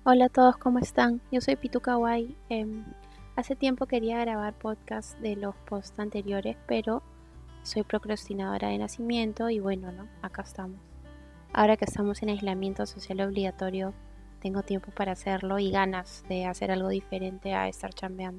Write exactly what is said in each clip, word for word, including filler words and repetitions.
Hola a todos, ¿cómo están? Yo soy Pitu Kawaii. Em, hace tiempo quería grabar podcast de los posts anteriores, pero soy procrastinadora de nacimiento y bueno, ¿no? Acá estamos. Ahora que estamos en aislamiento social obligatorio, tengo tiempo para hacerlo y ganas de hacer algo diferente a estar chambeando.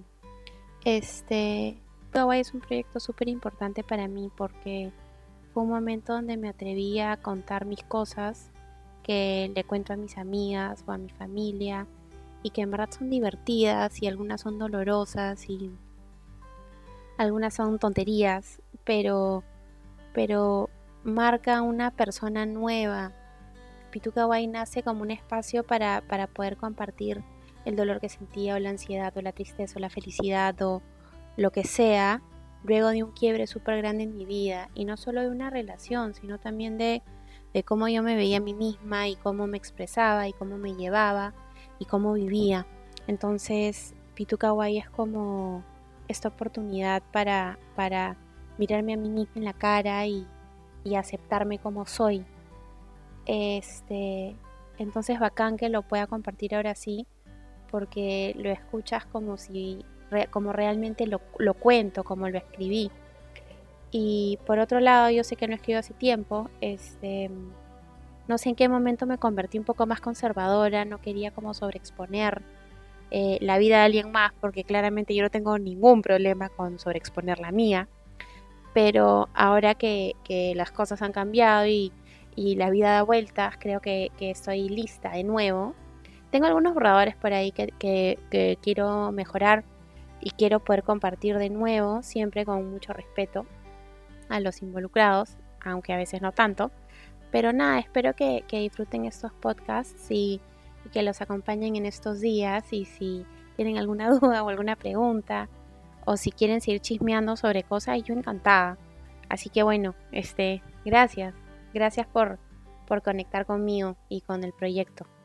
Este, Kawaii es un proyecto súper importante para mí porque fue un momento donde me atreví a contar mis cosas que le cuento a mis amigas o a mi familia y que en verdad son divertidas y algunas son dolorosas y algunas son tonterías, pero, pero marca una persona nueva. Pitu Kawaii nace como un espacio para, para poder compartir el dolor que sentía o la ansiedad o la tristeza o la felicidad o lo que sea luego de un quiebre súper grande en mi vida y no solo de una relación, sino también de, de cómo yo me veía a mí misma y cómo me expresaba y cómo me llevaba y cómo vivía. Entonces, Pitu Kawaii es como esta oportunidad para, para mirarme a mí misma en la cara y, y aceptarme como soy. Este, entonces bacán que lo pueda compartir ahora sí, porque lo escuchas como si, re- como realmente lo, lo cuento, como lo escribí. Y por otro lado, yo sé que no escribo hace tiempo, este, no sé en qué momento me convertí un poco más conservadora, no quería como sobreexponer eh, la vida de alguien más, porque claramente yo no tengo ningún problema con sobreexponer la mía, pero ahora que, que las cosas han cambiado y, y la vida da vueltas, creo que, que estoy lista de nuevo. Tengo algunos borradores por ahí que, que, que quiero mejorar y quiero poder compartir de nuevo, siempre con mucho respeto a los involucrados, aunque a veces no tanto. Pero nada, espero que, que disfruten estos podcasts y, y que los acompañen en estos días. Y si tienen alguna duda o alguna pregunta, o si quieren seguir chismeando sobre cosas, yo encantada. Así que bueno, este, gracias. Gracias por, por conectar conmigo y con el proyecto.